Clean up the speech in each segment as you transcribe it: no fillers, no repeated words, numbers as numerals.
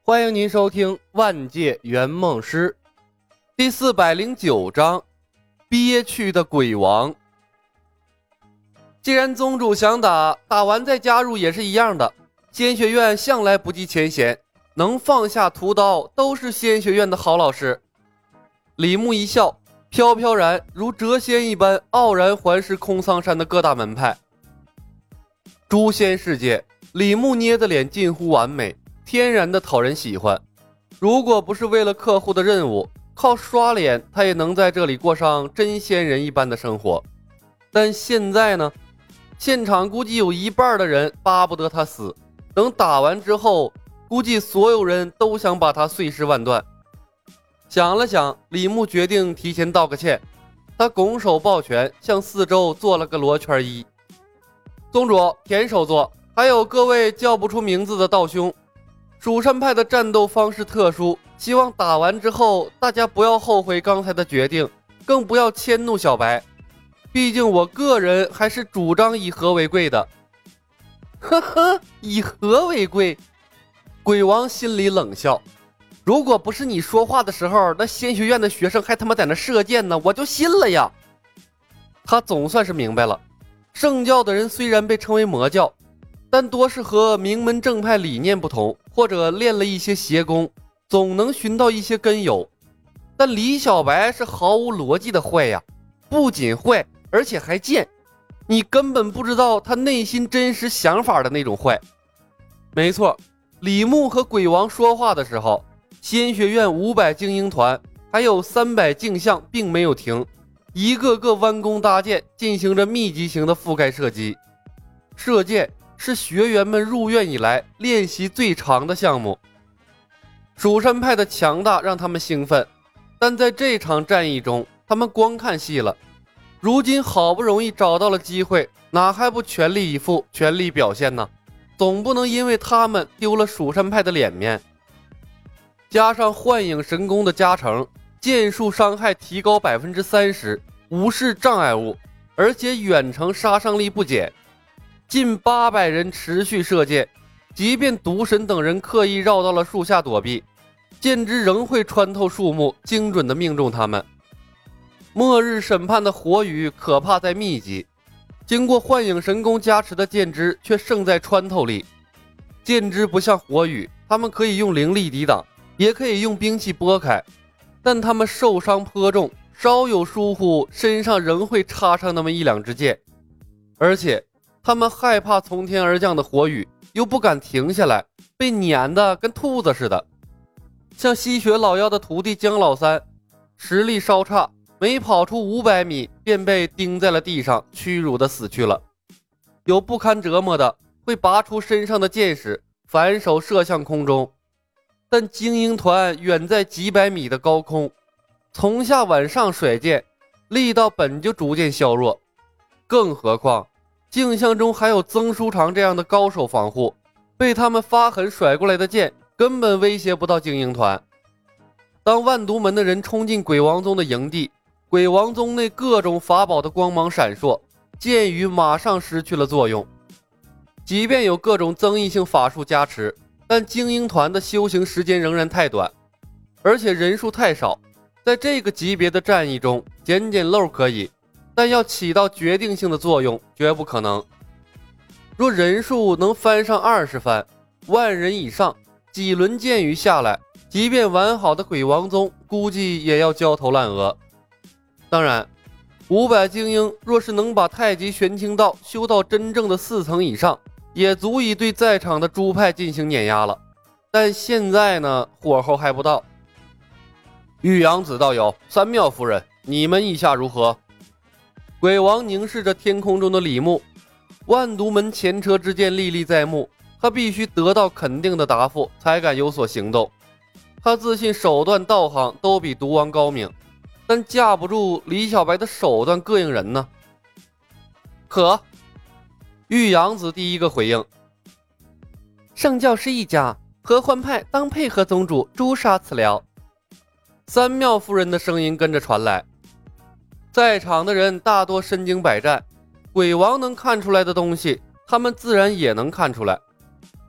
欢迎您收听《万界圆梦师》第409章憋屈的鬼王。既然宗主想打，打完再加入也是一样的。仙学院向来不计前嫌，能放下屠刀都是仙学院的好老师。李牧一笑，飘飘然如谪仙一般傲然环视空桑山的各大门派。诛仙世界，李牧捏的脸近乎完美，天然的讨人喜欢。如果不是为了客户的任务，靠刷脸他也能在这里过上真仙人一般的生活。但现在呢，现场估计有一半的人巴不得他死，等打完之后，估计所有人都想把他碎尸万段。想了想，李牧决定提前道个歉。他拱手抱拳，向四周做了个罗圈揖。宗主，田首座，还有各位叫不出名字的道兄，蜀山派的战斗方式特殊，希望打完之后大家不要后悔刚才的决定，更不要迁怒小白，毕竟我个人还是主张以和为贵的。呵呵，以和为贵。鬼王心里冷笑，如果不是你说话的时候那仙学院的学生还他妈在那射箭呢，我就信了呀。他总算是明白了，圣教的人虽然被称为魔教，但多是和名门正派理念不同，或者练了一些邪功，总能寻到一些根由。但李小白是毫无逻辑的坏呀，不仅坏，而且还贱，你根本不知道他内心真实想法的那种坏。没错，李牧和鬼王说话的时候，仙学院500精英团还有300镜像并没有停，一个个弯弓搭箭，进行着密集型的覆盖射击。射箭是学员们入院以来练习最长的项目。蜀山派的强大让他们兴奋，但在这场战役中他们光看戏了。如今好不容易找到了机会，哪还不全力以赴，全力表现呢？总不能因为他们丢了蜀山派的脸面。加上幻影神功的加成，剑术伤害提高 30%， 无视障碍物，而且远程杀伤力不减。近800人持续射箭，即便毒神等人刻意绕到了树下躲避，箭支仍会穿透树木，精准地命中他们。末日审判的火雨可怕在密集，经过幻影神功加持的箭支却胜在穿透力。箭支不像火雨，他们可以用灵力抵挡，也可以用兵器拨开，但他们受伤颇重，稍有疏忽，身上仍会插上那么1-2支箭。而且他们害怕从天而降的火雨，又不敢停下来，被撵得跟兔子似的。像吸血老妖的徒弟姜老三，实力稍差，没跑出500米便被钉在了地上，屈辱的死去了。有不堪折磨的，会拔出身上的箭矢，反手射向空中。但精英团远在几百米的高空，从下往上甩箭，力道本就逐渐削弱，更何况镜像中还有曾书长这样的高手防护，被他们发狠甩过来的箭根本威胁不到精英团。当万毒门的人冲进鬼王宗的营地，鬼王宗内各种法宝的光芒闪烁，箭雨马上失去了作用。即便有各种增益性法术加持，但精英团的修行时间仍然太短，而且人数太少。在这个级别的战役中，捡捡漏可以，但要起到决定性的作用绝不可能。若人数能翻上20番，10000人以上，几轮箭雨下来，即便完好的鬼王宗估计也要焦头烂额。当然500精英若是能把太极玄清道修到真正的4层以上，也足以对在场的诸派进行碾压了。但现在呢，火候还不到。玉阳子道友，三妙夫人，你们意下如何？鬼王凝视着天空中的李牧，万毒门前车之鉴历历在目，他必须得到肯定的答复才敢有所行动。他自信手段道行都比毒王高明，但架不住李小白的手段膈应人呢。可玉阳子第一个回应，圣教是一家，合欢派当配合宗主诛杀此僚。三妙夫人的声音跟着传来。在场的人大多身经百战，鬼王能看出来的东西他们自然也能看出来。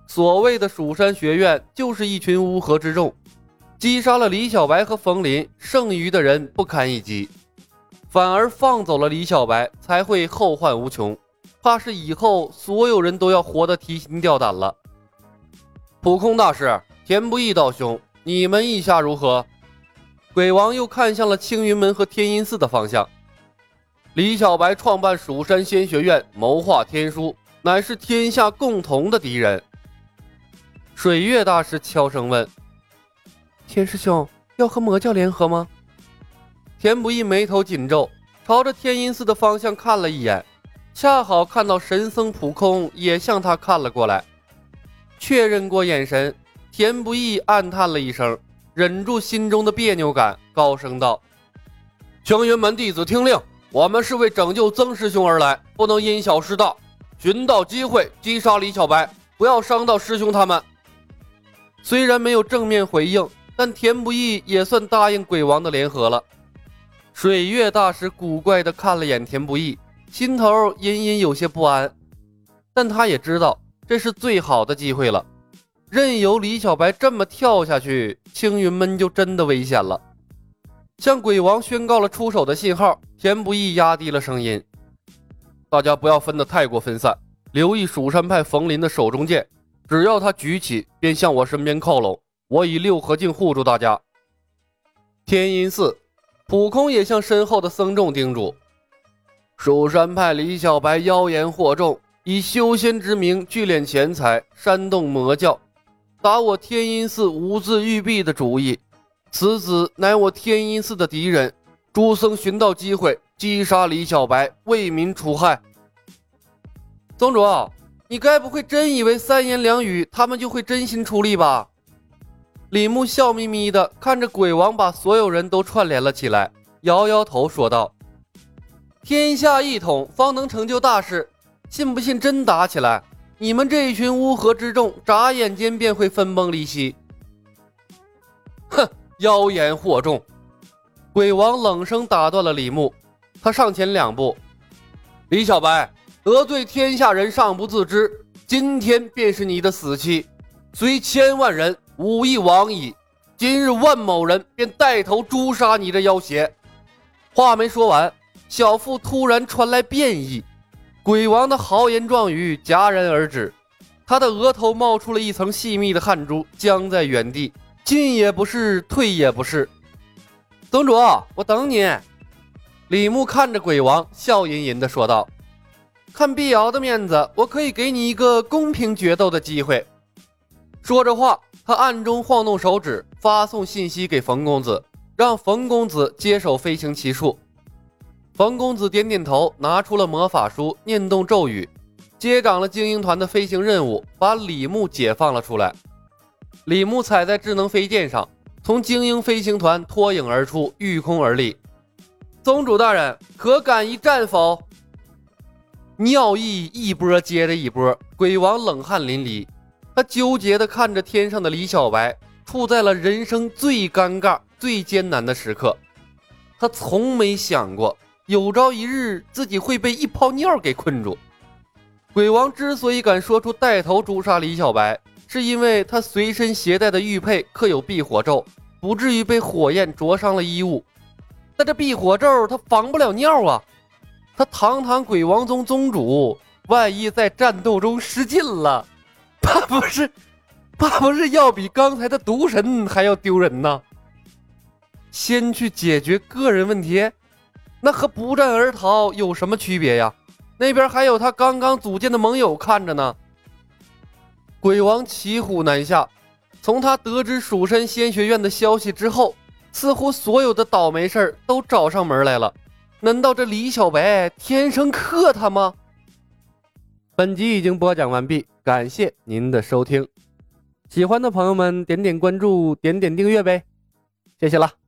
所谓的蜀山学院就是一群乌合之众，击杀了李小白和冯林，剩余的人不堪一击，反而放走了李小白，才会后患无穷，怕是以后所有人都要活得提心吊胆了。普空大师，田不易道兄，你们意下如何？鬼王又看向了青云门和天阴寺的方向。李小白创办蜀山仙学院，谋划天书，乃是天下共同的敌人。水月大师悄声问：田师兄，要和魔教联合吗？田不易眉头紧皱，朝着天阴寺的方向看了一眼，恰好看到神僧普空也向他看了过来。确认过眼神，田不易暗叹了一声，忍住心中的别扭感，高声道：青云门弟子听令，我们是为拯救曾师兄而来，不能因小失大，寻到机会击杀李小白，不要伤到师兄他们。虽然没有正面回应，但田不易也算答应鬼王的联合了。水月大师古怪地看了眼田不易，心头隐隐有些不安，但他也知道这是最好的机会了，任由李小白这么跳下去，青云门就真的危险了。向鬼王宣告了出手的信号，田不易压低了声音：大家不要分得太过分散，留意蜀山派冯林的手中剑，只要他举起便向我身边靠拢，我以六合镜护住大家。天阴寺，普空也向身后的僧众叮嘱：蜀山派李小白妖言惑众，以修仙之名聚敛钱财，煽动魔教，打我天阴寺无字玉璧的主意。此子乃我天阴寺的敌人，诸僧寻到机会击杀李小白，为民除害。宗主，你该不会真以为三言两语他们就会真心出力吧？李牧笑眯眯的看着鬼王把所有人都串联了起来，摇摇头说道：天下一统方能成就大事，信不信真打起来，你们这一群乌合之众眨眼间便会分崩离析。哼，妖言惑众！鬼王冷声打断了李牧，他上前2步：李小白，得罪天下人尚不自知，今天便是你的死期，虽千万人无一往矣，今日万某人便带头诛杀你这妖邪。话没说完，小腹突然传来变异，鬼王的豪言壮语戛然而止，他的额头冒出了一层细密的汗珠，僵在原地，进也不是，退也不是。宗主，我等你。李牧看着鬼王，笑吟吟地说道：看碧瑶的面子，我可以给你一个公平决斗的机会。说着话，他暗中晃动手指，发送信息给冯公子，让冯公子接手飞行奇术。冯公子点点头，拿出了魔法书，念动咒语，接掌了精英团的飞行任务，把李牧解放了出来。李牧踩在智能飞剑上，从精英飞行团脱颖而出，御空而立。宗主大人，可敢一战否？尿意一波接着一波，鬼王冷汗淋漓，他纠结地看着天上的李小白，处在了人生最尴尬最艰难的时刻。他从没想过有朝一日自己会被一泡尿给困住。鬼王之所以敢说出带头诛杀李小白，是因为他随身携带的玉佩刻有避火咒，不至于被火焰灼伤了衣物。但这避火咒他防不了尿啊，他堂堂鬼王宗宗主，万一在战斗中失禁了，怕不是要比刚才的毒神还要丢人呢？先去解决个人问题，那和不战而逃有什么区别呀？那边还有他刚刚组建的盟友看着呢。鬼王骑虎难下，从他得知蜀山仙学院的消息之后，似乎所有的倒霉事都找上门来了。难道这李小白天生克他吗？本集已经播讲完毕，感谢您的收听。喜欢的朋友们点点关注，点点订阅呗，谢谢了。